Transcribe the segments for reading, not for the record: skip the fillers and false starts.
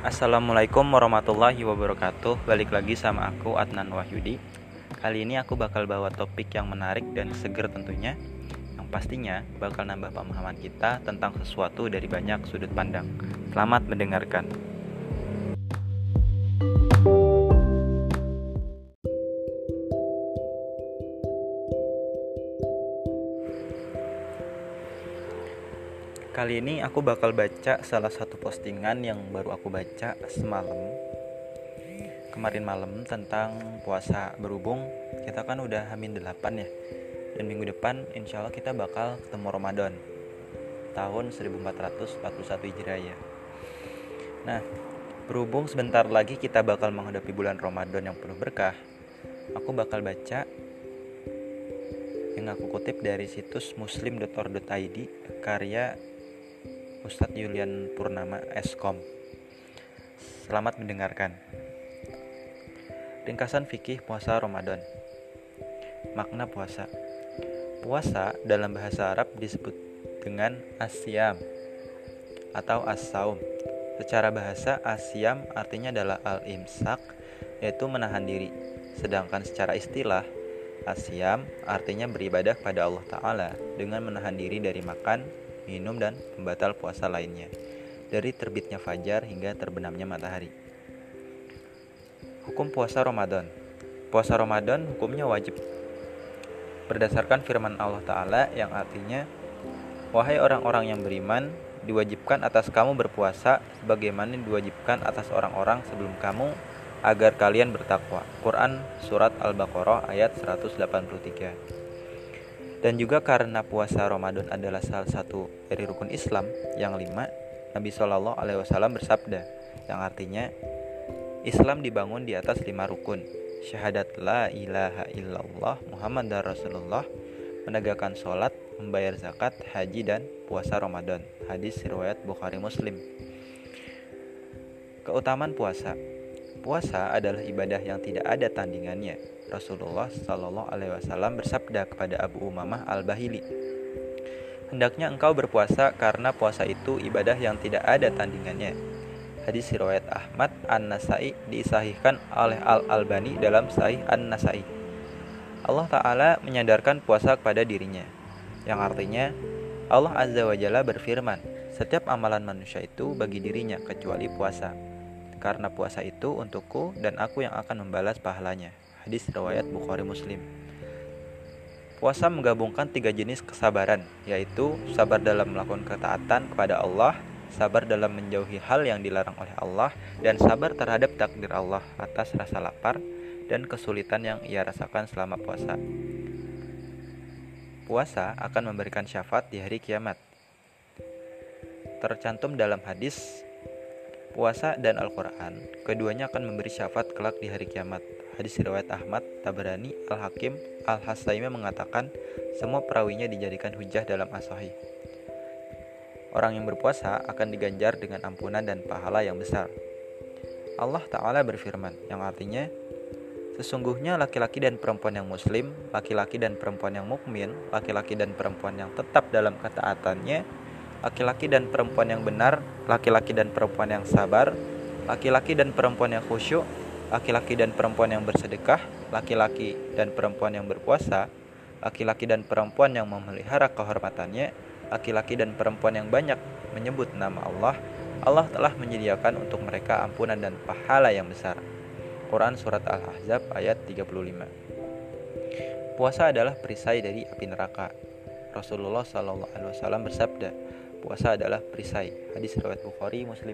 Assalamualaikum warahmatullahi wabarakatuh. Balik lagi sama aku Adnan Wahyudi. Kali ini aku bakal bawa topik yang menarik dan seger tentunya, yang pastinya bakal nambah pemahaman kita tentang sesuatu dari banyak sudut pandang. Selamat mendengarkan. Kali ini aku bakal baca salah satu postingan yang baru aku baca kemarin malam tentang puasa. Berhubung kita kan udah H-8 ya, dan minggu depan insya Allah kita bakal ketemu Ramadan tahun 1441 Hijriah. Nah, berhubung sebentar lagi kita bakal menghadapi bulan Ramadan yang penuh berkah, aku bakal baca yang aku kutip dari situs muslim.or.id karya Ustadz Yulian Purnama Eskom. Selamat mendengarkan. Ringkasan fikih puasa Ramadan. Makna puasa. Puasa dalam bahasa Arab disebut dengan asyam atau as-saum. Secara bahasa, asyam artinya adalah al-imsak, yaitu menahan diri. Sedangkan secara istilah, asyam artinya beribadah pada Allah Ta'ala dengan menahan diri dari makan, minum, dan pembatal puasa lainnya, dari terbitnya fajar hingga terbenamnya matahari. Hukum puasa Ramadan. Puasa Ramadan hukumnya wajib berdasarkan firman Allah Ta'ala yang artinya, "Wahai orang-orang yang beriman, diwajibkan atas kamu berpuasa sebagaimana diwajibkan atas orang-orang sebelum kamu, agar kalian bertakwa." Quran Surat Al-Baqarah ayat 183. Dan juga karena puasa Ramadan adalah salah satu dari rukun Islam yang 5, Nabi SAW bersabda, yang artinya Islam dibangun di atas 5 rukun: syahadat la ilaha illallah Muhammadar Rasulullah, menegakkan sholat, membayar zakat, haji, dan puasa Ramadan. Hadis riwayat Bukhari Muslim. Keutamaan puasa. Puasa adalah ibadah yang tidak ada tandingannya. Rasulullah SAW bersabda kepada Abu Umamah Al-Bahili, "Hendaknya engkau berpuasa karena puasa itu ibadah yang tidak ada tandingannya." Hadis riwayat Ahmad An-Nasai disahihkan oleh Al-Albani dalam Sahih An-Nasai. Allah Ta'ala menyadarkan puasa kepada dirinya, yang artinya Allah Azza wa Jalla berfirman, "Setiap amalan manusia itu bagi dirinya kecuali puasa. Karena puasa itu untukku dan aku yang akan membalas pahalanya." Hadis riwayat Bukhari Muslim. Puasa menggabungkan 3 jenis kesabaran, yaitu sabar dalam melakukan ketaatan kepada Allah, sabar dalam menjauhi hal yang dilarang oleh Allah, dan sabar terhadap takdir Allah atas rasa lapar dan kesulitan yang ia rasakan selama puasa. Puasa akan memberikan syafaat di hari kiamat. Tercantum dalam hadis, puasa dan Al-Quran, keduanya akan memberi syafaat kelak di hari kiamat. Hadis riwayat Ahmad, Tabarani, Al-Hakim, Al-Hasaimi mengatakan semua perawinya dijadikan hujjah dalam as-sahih. Orang yang berpuasa akan diganjar dengan ampunan dan pahala yang besar. Allah Ta'ala berfirman, yang artinya, "Sesungguhnya laki-laki dan perempuan yang muslim, laki-laki dan perempuan yang mukmin, laki-laki dan perempuan yang tetap dalam ketaatannya, laki-laki dan perempuan yang benar, laki-laki dan perempuan yang sabar, laki-laki dan perempuan yang khusyuk, laki-laki dan perempuan yang bersedekah, laki-laki dan perempuan yang berpuasa, laki-laki dan perempuan yang memelihara kehormatannya, laki-laki dan perempuan yang banyak menyebut nama Allah, Allah telah menyediakan untuk mereka ampunan dan pahala yang besar." Quran Surat Al-Ahzab ayat 35. Puasa adalah perisai dari api neraka. Rasulullah SAW bersabda, "Puasa adalah perisai." Hadis riwayat Bukhari Muslim.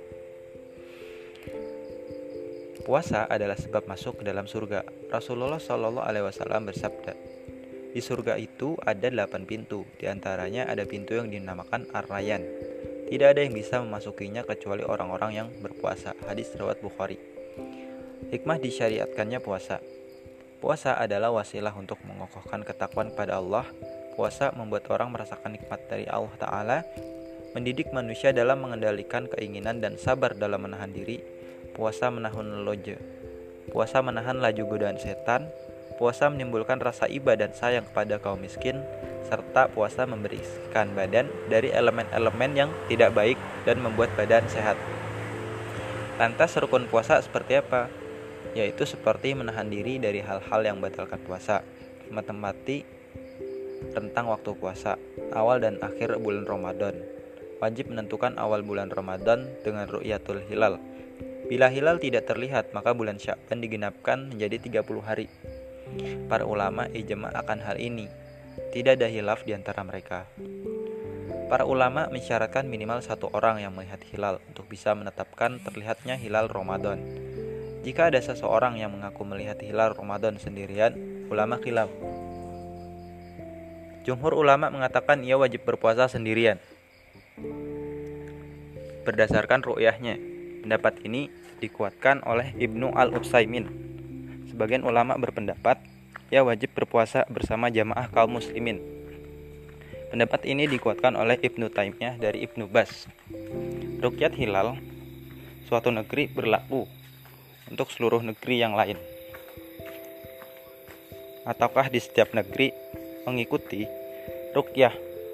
Puasa adalah sebab masuk ke dalam surga. Rasulullah SAW bersabda, "Di surga itu ada 8 pintu. Di antaranya ada pintu yang dinamakan Ar-Rayyan. Tidak ada yang bisa memasukinya kecuali orang-orang yang berpuasa." Hadis riwayat Bukhari. Hikmah disyariatkannya puasa. Puasa adalah wasilah untuk mengokohkan ketakwaan kepada Allah. Puasa membuat orang merasakan nikmat dari Allah Ta'ala, mendidik manusia dalam mengendalikan keinginan dan sabar dalam menahan diri. Puasa menahan laju godaan setan. Puasa menimbulkan rasa iba dan sayang kepada kaum miskin, serta puasa membersihkan badan dari elemen-elemen yang tidak baik dan membuat badan sehat. Lantas rukun puasa seperti apa? Yaitu seperti menahan diri dari hal-hal yang membatalkan puasa, menempati rentang waktu puasa, awal dan akhir bulan Ramadan. Wajib menentukan awal bulan Ramadan dengan ru'yatul hilal. Bila hilal tidak terlihat, maka bulan Sya'ban digenapkan menjadi 30 hari. Para ulama ijma akan hal ini. Tidak ada khilaf di antara mereka. Para ulama mensyaratkan minimal satu orang yang melihat hilal untuk bisa menetapkan terlihatnya hilal Ramadan. Jika ada seseorang yang mengaku melihat hilal Ramadan sendirian, ulama khilaf. Jumhur ulama mengatakan ia wajib berpuasa sendirian berdasarkan ru'yahnya. Pendapat ini dikuatkan oleh Ibnu Al-Utsaimin. Sebagian ulama berpendapat ia wajib berpuasa bersama jamaah kaum muslimin. Pendapat ini dikuatkan oleh Ibnu Taimiyah dari Ibnu Bas. Ruqyat hilal suatu negeri berlaku untuk seluruh negeri yang lain, ataukah di setiap negeri mengikuti ruqyah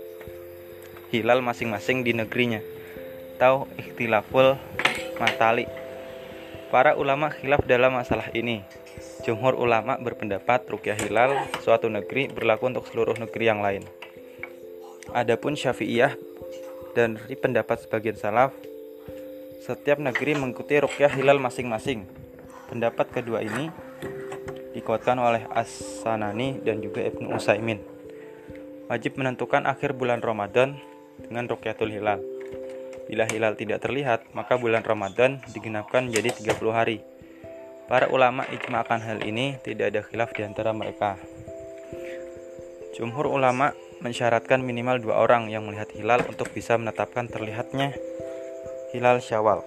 hilal masing-masing di negerinya, atau ikhtilaful matali. Para ulama khilaf dalam masalah ini. Jumhur ulama berpendapat ruqyah hilal suatu negeri berlaku untuk seluruh negeri yang lain. Adapun Syafi'iyah dan dari pendapat sebagian salaf, setiap negeri mengikuti ruqyah hilal masing-masing. Pendapat kedua ini dikuatkan oleh As-Sanani dan juga Ibnu Utsaimin. Wajib menentukan akhir bulan Ramadan dengan ruqyatul hilal. Bila hilal tidak terlihat, maka bulan Ramadan digenapkan menjadi 30 hari. Para ulama ijma akan hal ini, tidak ada khilaf di antara mereka. Jumhur ulama mensyaratkan minimal 2 orang yang melihat hilal untuk bisa menetapkan terlihatnya hilal Syawal.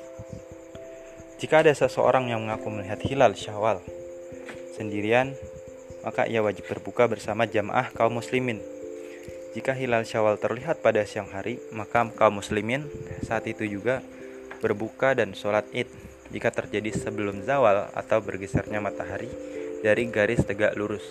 Jika ada seseorang yang mengaku melihat hilal Syawal sendirian, maka ia wajib berbuka bersama jamaah kaum muslimin. Jika hilal Syawal terlihat pada siang hari, maka kaum muslimin saat itu juga berbuka dan sholat id jika terjadi sebelum zawal atau bergesernya matahari dari garis tegak lurus.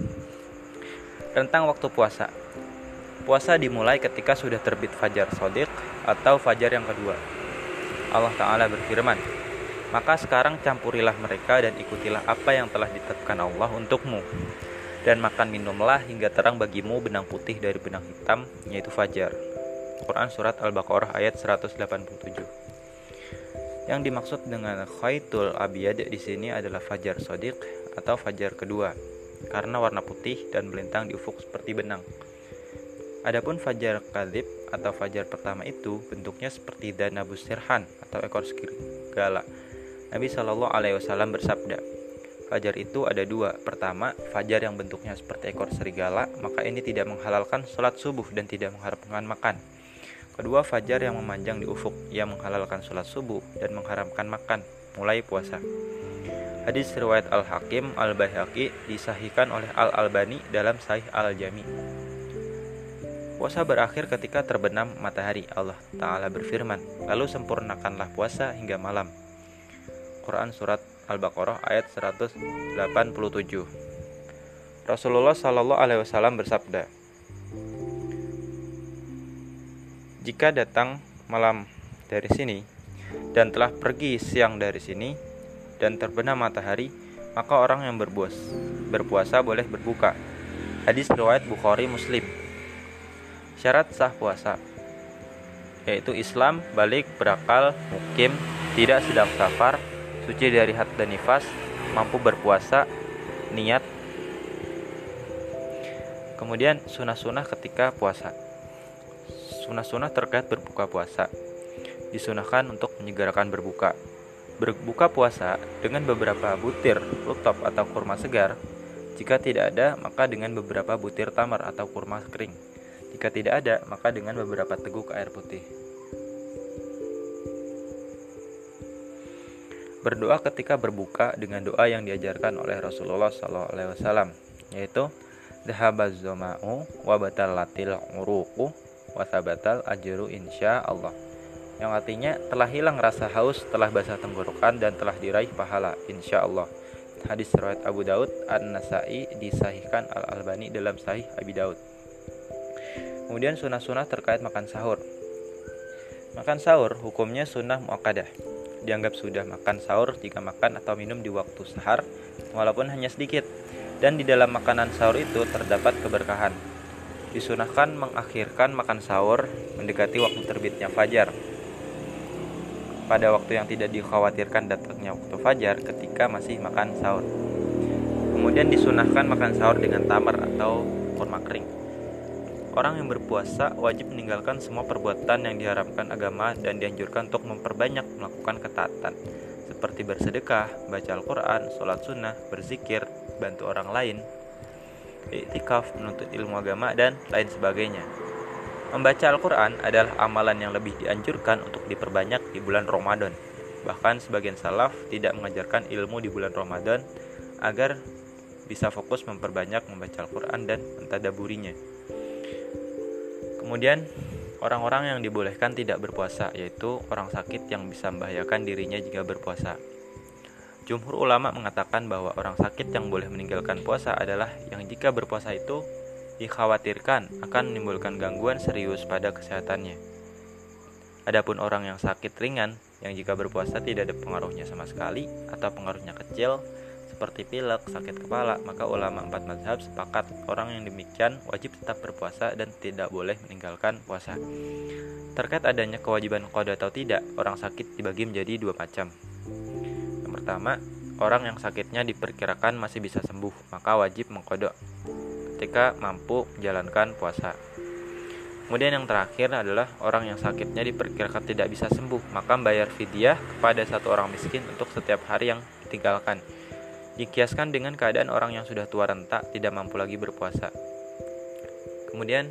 Rentang waktu puasa. Puasa dimulai ketika sudah terbit fajar shodiq atau fajar yang kedua. Allah Ta'ala berfirman, "Maka sekarang campurilah mereka dan ikutilah apa yang telah ditetapkan Allah untukmu. Dan makan minumlah hingga terang bagimu benang putih dari benang hitam, yaitu fajar." Quran Surat Al-Baqarah ayat 187. Yang dimaksud dengan khaitul abiyad di sini adalah fajar shodiq atau fajar kedua, karena warna putih dan melintang di ufuk seperti benang. Adapun fajar kadzib atau fajar pertama itu bentuknya seperti danabus sirhan atau ekor serigala. Nabi Shallallahu Alaihi Wasallam bersabda, fajar itu ada 2. Pertama, fajar yang bentuknya seperti ekor serigala, maka ini tidak menghalalkan sholat subuh dan tidak mengharamkan makan. Kedua, fajar yang memanjang di ufuk, yang menghalalkan sholat subuh dan mengharamkan makan, mulai puasa. Hadis riwayat Al-Hakim Al-Baihaqi disahihkan oleh Al-Albani dalam Sahih Al-Jami. Puasa berakhir ketika terbenam matahari. Allah Ta'ala berfirman, "Lalu sempurnakanlah puasa hingga malam." Quran Surat Al-Baqarah ayat 187. Rasulullah Shallallahu Alaihi Wasallam bersabda, "Jika datang malam dari sini dan telah pergi siang dari sini dan terbenam matahari, maka orang yang berpuasa boleh berbuka." Hadis riwayat Bukhari Muslim. Syarat sah puasa yaitu Islam, balik, berakal, mukim, tidak sedang safar, suci dari haid dan nifas, mampu berpuasa, niat. Kemudian sunah-sunah ketika puasa. Sunah-sunah terkait berbuka puasa. Disunahkan untuk menyegerakan berbuka. Berbuka puasa dengan beberapa butir rutab atau kurma segar. Jika tidak ada, maka dengan beberapa butir tamar atau kurma kering. Jika tidak ada, maka dengan beberapa teguk air putih. Berdoa ketika berbuka dengan doa yang diajarkan oleh Rasulullah SAW, yaitu dhahabaz zama'u wa batalatil uruqu wa sabatal ajru insyaallah, yang artinya telah hilang rasa haus, telah basah tenggorokan, dan telah diraih pahala insyaallah. Hadis riwayat Abu Daud, An-Nasai, disahihkan Al-Albani dalam Sahih Abi Daud. Kemudian sunah-sunah terkait makan sahur. Makan sahur hukumnya sunnah muakkadah. dianggap sudah makan sahur jika makan atau minum di waktu sahar, walaupun hanya sedikit. Dan di dalam makanan sahur itu terdapat keberkahan. Disunahkan mengakhirkan makan sahur mendekati waktu terbitnya fajar. Pada waktu yang tidak dikhawatirkan datangnya waktu fajar ketika masih makan sahur. Kemudian disunahkan makan sahur dengan tamar atau kurma kering. Orang yang berpuasa wajib meninggalkan semua perbuatan yang diharamkan agama dan dianjurkan untuk memperbanyak melakukan ketaatan, seperti bersedekah, baca Al-Quran, sholat sunnah, berzikir, bantu orang lain, iktikaf, menuntut ilmu agama, dan lain sebagainya. Membaca Al-Quran adalah amalan yang lebih dianjurkan untuk diperbanyak di bulan Ramadan. Bahkan sebagian salaf tidak mengajarkan ilmu di bulan Ramadan agar bisa fokus memperbanyak membaca Al-Quran dan mentadaburinya. Kemudian orang-orang yang dibolehkan tidak berpuasa, yaitu orang sakit yang bisa membahayakan dirinya jika berpuasa. Jumhur ulama mengatakan bahwa orang sakit yang boleh meninggalkan puasa adalah yang jika berpuasa itu dikhawatirkan akan menimbulkan gangguan serius pada kesehatannya. Adapun orang yang sakit ringan yang jika berpuasa tidak ada pengaruhnya sama sekali atau pengaruhnya kecil seperti pilek, sakit kepala, maka ulama 4 mazhab sepakat orang yang demikian wajib tetap berpuasa dan tidak boleh meninggalkan puasa. Terkait adanya kewajiban qada atau tidak, orang sakit dibagi menjadi 2 macam. Yang pertama, orang yang sakitnya diperkirakan masih bisa sembuh, maka wajib mengqada ketika mampu menjalankan puasa. Kemudian yang terakhir adalah orang yang sakitnya diperkirakan tidak bisa sembuh, maka membayar fidyah kepada satu orang miskin untuk setiap hari yang ditinggalkan. Dikiaskan dengan keadaan orang yang sudah tua renta tidak mampu lagi berpuasa. Kemudian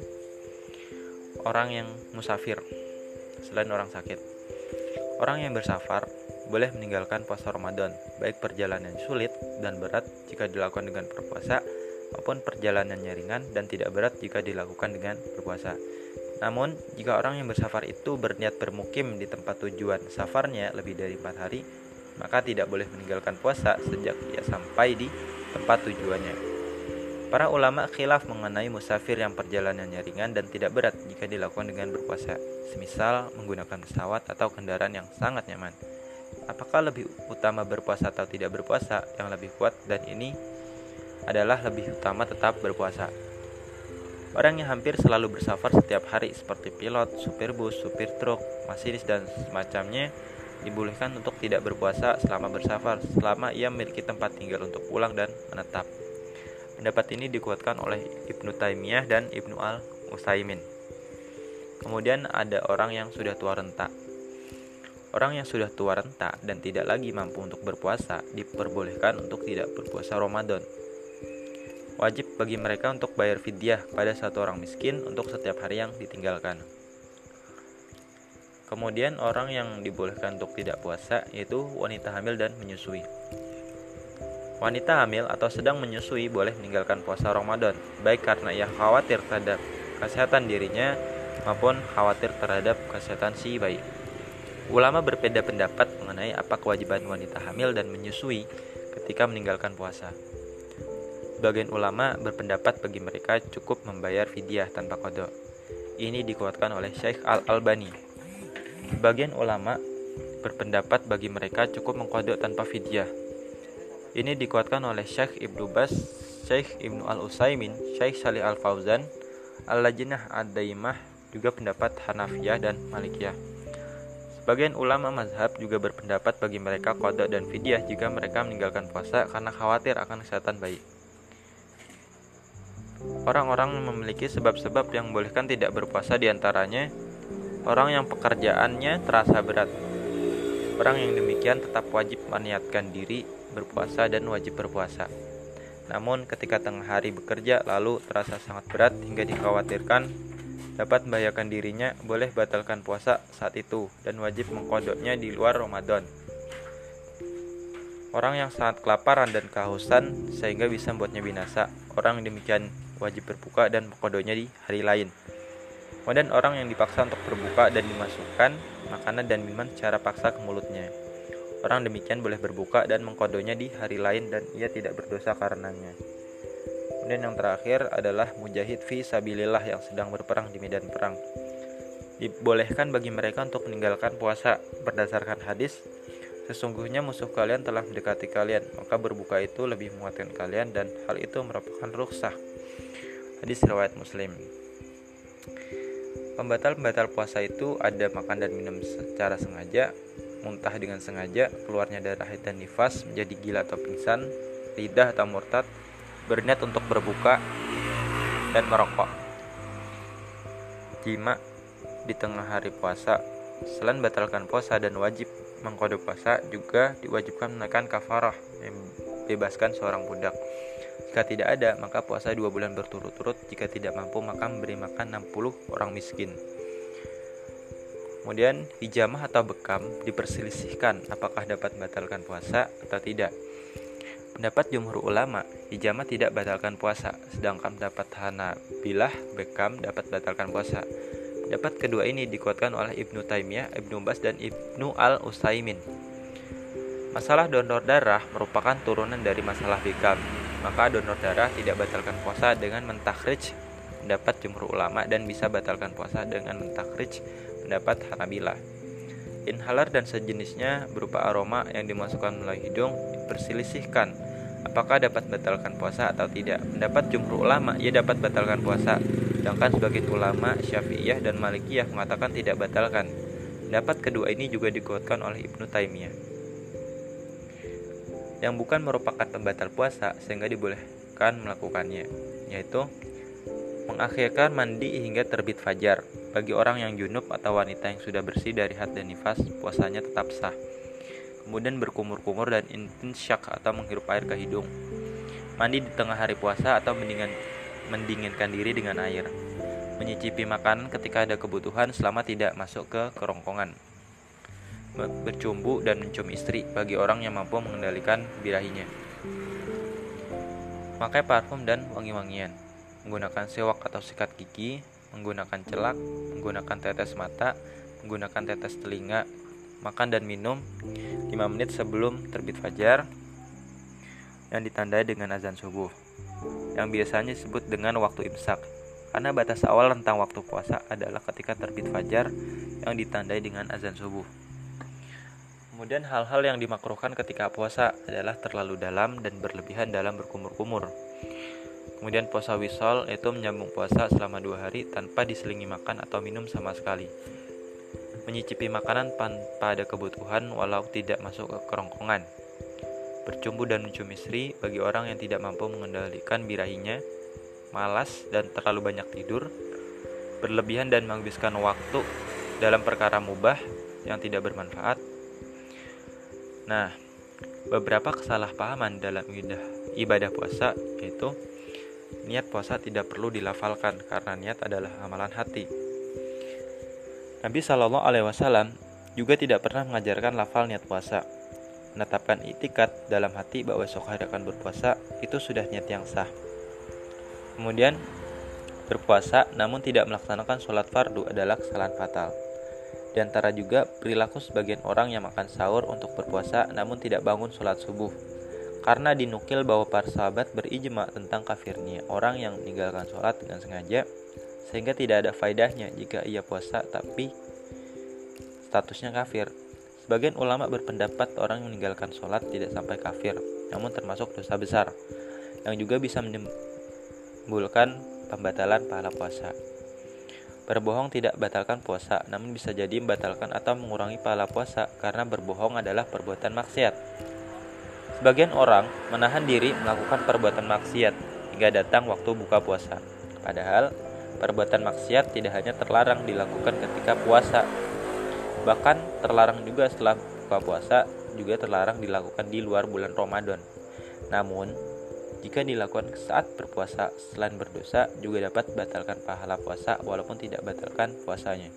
orang yang musafir selain orang sakit. Orang yang bersafar boleh meninggalkan puasa Ramadan, baik perjalanan sulit dan berat jika dilakukan dengan berpuasa, maupun perjalanannya ringan dan tidak berat jika dilakukan dengan berpuasa. Namun, jika orang yang bersafar itu berniat bermukim di tempat tujuan safarnya lebih dari 4 hari, maka tidak boleh meninggalkan puasa sejak ia sampai di tempat tujuannya. Para ulama khilaf mengenai musafir yang perjalanannya ringan dan tidak berat jika dilakukan dengan berpuasa, semisal menggunakan pesawat atau kendaraan yang sangat nyaman. Apakah lebih utama berpuasa atau tidak berpuasa? Yang lebih kuat dan ini adalah lebih utama tetap berpuasa. Orang yang hampir selalu bersafar setiap hari seperti pilot, supir bus, supir truk, masinis dan semacamnya dibolehkan untuk tidak berpuasa selama bersafar, selama ia memiliki tempat tinggal untuk pulang dan menetap. Pendapat ini dikuatkan oleh Ibnu Taimiyah dan Ibnu Al-Utsaimin. Kemudian ada orang yang sudah tua renta. Orang yang sudah tua renta dan tidak lagi mampu untuk berpuasa diperbolehkan untuk tidak berpuasa Ramadan. Wajib bagi mereka untuk bayar fidyah pada satu orang miskin untuk setiap hari yang ditinggalkan. Kemudian orang yang dibolehkan untuk tidak puasa yaitu wanita hamil dan menyusui. Wanita hamil atau sedang menyusui boleh meninggalkan puasa Ramadan, baik karena ia khawatir terhadap kesehatan dirinya maupun khawatir terhadap kesehatan si bayi. Ulama berbeda pendapat mengenai apa kewajiban wanita hamil dan menyusui ketika meninggalkan puasa. Sebagian ulama berpendapat bagi mereka cukup membayar fidyah tanpa qada. Ini dikuatkan oleh Syekh Al-Albani. Sebagian ulama berpendapat bagi mereka cukup mengqada tanpa fidyah. Ini dikuatkan oleh Syekh Ibnu Baz, Syekh Ibnu Al-Utsaimin, Syekh Shalih Al-Fauzan, Al-Lajnah Ad-Daimah, juga pendapat Hanafiyah dan Malikiyah. Sebagian ulama mazhab juga berpendapat bagi mereka qada dan fidyah jika mereka meninggalkan puasa karena khawatir akan kesehatan bayi. Orang-orang memiliki sebab-sebab yang membolehkan tidak berpuasa, diantaranya orang yang pekerjaannya terasa berat. Orang yang demikian tetap wajib meniatkan diri berpuasa dan wajib berpuasa. Namun ketika tengah hari bekerja lalu terasa sangat berat hingga dikhawatirkan dapat membahayakan dirinya, boleh batalkan puasa saat itu dan wajib mengqadanya di luar Ramadan. Orang yang sangat kelaparan dan kehausan sehingga bisa membuatnya binasa, orang yang demikian wajib berbuka dan mengqadanya di hari lain. Kemudian orang yang dipaksa untuk berbuka dan dimasukkan makanan dan minuman secara paksa ke mulutnya. Orang demikian boleh berbuka dan mengqadanya di hari lain dan ia tidak berdosa karenanya. Kemudian yang terakhir adalah mujahid fi sabilillah yang sedang berperang di medan perang. Dibolehkan bagi mereka untuk meninggalkan puasa berdasarkan hadis Sesungguhnya musuh kalian telah mendekati kalian, maka berbuka itu lebih menguatkan kalian dan hal itu merupakan rukhsah. Hadis riwayat Muslim. Pembatal-pembatal puasa itu ada makan dan minum secara sengaja, muntah dengan sengaja, keluarnya darah haid dan nifas, menjadi gila atau pingsan, ridah atau murtad, berniat untuk berbuka, dan merokok. Jima di tengah hari puasa. Selain batalkan puasa dan wajib mengqada puasa, juga diwajibkan menaikkan kafarah, membebaskan seorang budak. Jika tidak ada, maka puasa 2 bulan berturut-turut. Jika tidak mampu, maka memberi makan 60 orang miskin. Kemudian hijamah atau bekam diperselisihkan apakah dapat membatalkan puasa atau tidak. Pendapat jumhur ulama, hijamah tidak batalkan puasa, sedangkan pendapat Hanabilah, bekam dapat batalkan puasa. Pendapat kedua ini dikuatkan oleh Ibnu Taimiyah, Ibnu Baz, dan Ibnu Al-Utsaimin. Masalah donor darah merupakan turunan dari masalah bekam, maka donor darah tidak batalkan puasa dengan mentakhrij pendapat jumhur ulama dan bisa batalkan puasa dengan mentakhrij pendapat Hanabilah. Inhaler dan sejenisnya berupa aroma yang dimasukkan melalui hidung diperselisihkan apakah dapat batalkan puasa atau tidak. Pendapat jumhur ulama ia dapat batalkan puasa, sedangkan sebagian ulama Syafi'iyah dan Malikiyah mengatakan tidak batalkan. Pendapat kedua ini juga dikuatkan oleh Ibnu Taimiyah. Yang bukan merupakan pembatal puasa sehingga dibolehkan melakukannya, yaitu mengakhirkan mandi hingga terbit fajar. Bagi orang yang junub atau wanita yang sudah bersih dari haid dan nifas, puasanya tetap sah. Kemudian berkumur-kumur dan insyak atau menghirup air ke hidung. Mandi di tengah hari puasa atau mendinginkan diri dengan air. Menyicipi makanan ketika ada kebutuhan selama tidak masuk ke kerongkongan. Bercumbu dan mencium istri bagi orang yang mampu mengendalikan birahinya. Pakai parfum dan wangi-wangian. Menggunakan siwak atau sikat gigi, menggunakan celak, menggunakan tetes mata, menggunakan tetes telinga, makan dan minum 5 menit sebelum terbit fajar yang ditandai dengan azan subuh, yang biasanya disebut dengan waktu imsak, karena batas awal rentang waktu puasa adalah ketika terbit fajar yang ditandai dengan azan subuh. Kemudian hal-hal yang dimakruhkan ketika puasa adalah terlalu dalam dan berlebihan dalam berkumur-kumur. Kemudian puasa wisol, yaitu menyambung puasa selama 2 hari tanpa diselingi makan atau minum sama sekali. Menyicipi makanan tanpa ada kebutuhan walau tidak masuk ke kerongkongan. Bercumbu dan mencium istri bagi orang yang tidak mampu mengendalikan birahinya. Malas dan terlalu banyak tidur. Berlebihan dan menghabiskan waktu dalam perkara mubah yang tidak bermanfaat. Nah, beberapa kesalahpahaman dalam ibadah puasa, yaitu niat puasa tidak perlu dilafalkan karena niat adalah amalan hati. Nabi Shallallahu Alaihi Wasallam juga tidak pernah mengajarkan lafal niat puasa. Menetapkan i'tikad dalam hati bahwa esok hari akan berpuasa itu sudah niat yang sah. Kemudian berpuasa namun tidak melaksanakan sholat fardu adalah kesalahan fatal. Di antara juga perilaku sebagian orang yang makan sahur untuk berpuasa namun tidak bangun sholat subuh. Karena dinukil bahwa para sahabat berijma tentang kafirnya orang yang meninggalkan sholat dengan sengaja, sehingga tidak ada faedahnya jika ia puasa tapi statusnya kafir. Sebagian ulama berpendapat orang yang meninggalkan sholat tidak sampai kafir, namun termasuk dosa besar, yang juga bisa menimbulkan pembatalan pahala puasa. Berbohong tidak batalkan puasa, namun bisa jadi membatalkan atau mengurangi pahala puasa karena berbohong adalah perbuatan maksiat. Sebagian orang menahan diri melakukan perbuatan maksiat hingga datang waktu buka puasa. Padahal perbuatan maksiat tidak hanya terlarang dilakukan ketika puasa, bahkan terlarang juga setelah buka puasa, juga terlarang dilakukan di luar bulan Ramadan. Namun, jika dilakukan saat berpuasa selain berdosa, juga dapat batalkan pahala puasa walaupun tidak batalkan puasanya.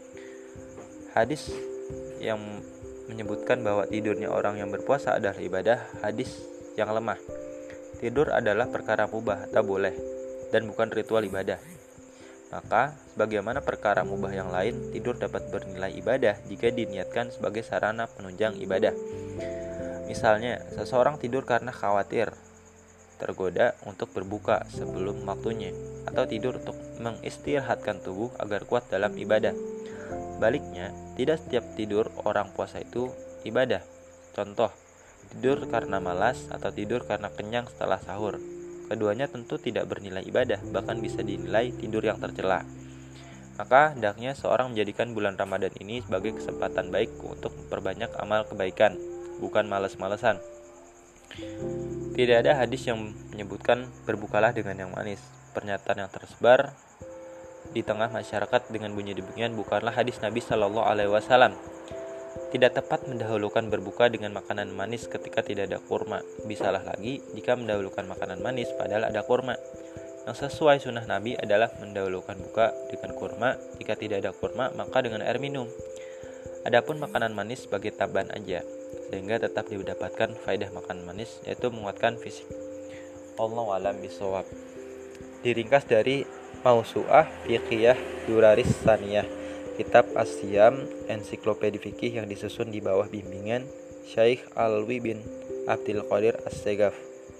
Hadis yang menyebutkan bahwa tidurnya orang yang berpuasa adalah ibadah, hadis yang lemah. Tidur adalah perkara mubah atau boleh dan bukan ritual ibadah. Maka, sebagaimana perkara mubah yang lain, tidur dapat bernilai ibadah jika diniatkan sebagai sarana penunjang ibadah. Misalnya, seseorang tidur karena khawatir tergoda untuk berbuka sebelum waktunya, atau tidur untuk mengistirahatkan tubuh agar kuat dalam ibadah. Baliknya, tidak setiap tidur orang puasa itu ibadah. Contoh, tidur karena malas atau tidur karena kenyang setelah sahur. Keduanya tentu tidak bernilai ibadah, bahkan bisa dinilai tidur yang tercela. Maka hendaknya seorang menjadikan bulan Ramadan ini sebagai kesempatan baik untuk memperbanyak amal kebaikan, bukan malas-malesan. Tidak ada hadis yang menyebutkan berbukalah dengan yang manis. Pernyataan yang tersebar di tengah masyarakat dengan bunyi demikian bukanlah hadis Nabi Shallallahu Alaihi Wasallam. Tidak tepat mendahulukan berbuka dengan makanan manis ketika tidak ada kurma. Lebih salah lagi jika mendahulukan makanan manis padahal ada kurma. Yang sesuai sunnah Nabi adalah mendahulukan buka dengan kurma. Jika tidak ada kurma, maka dengan air minum. Adapun makanan manis sebagai tambahan aja, sehingga tetap didapatkan faedah makanan manis, yaitu menguatkan fisik. Allahu a'lam bishawab. Diringkas dari Mausu'ah Fiqhiyah Duraris Saniyah, kitab As-Siyam, ensiklopedia fikih yang disusun di bawah bimbingan Syekh Alwi bin Abdul Qadir As-Segaf.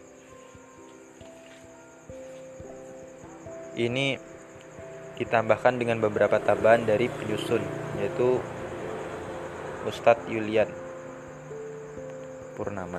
Ini ditambahkan dengan beberapa tambahan dari penyusun, yaitu Ustadz Yulian Purnama.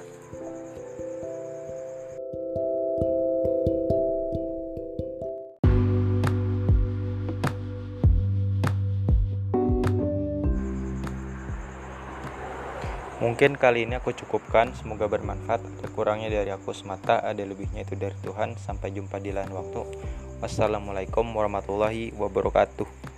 Mungkin kali ini aku cukupkan, semoga bermanfaat. Ada kurangnya dari aku semata, ada lebihnya itu dari Tuhan. Sampai jumpa di lain waktu. Wassalamualaikum warahmatullahi wabarakatuh.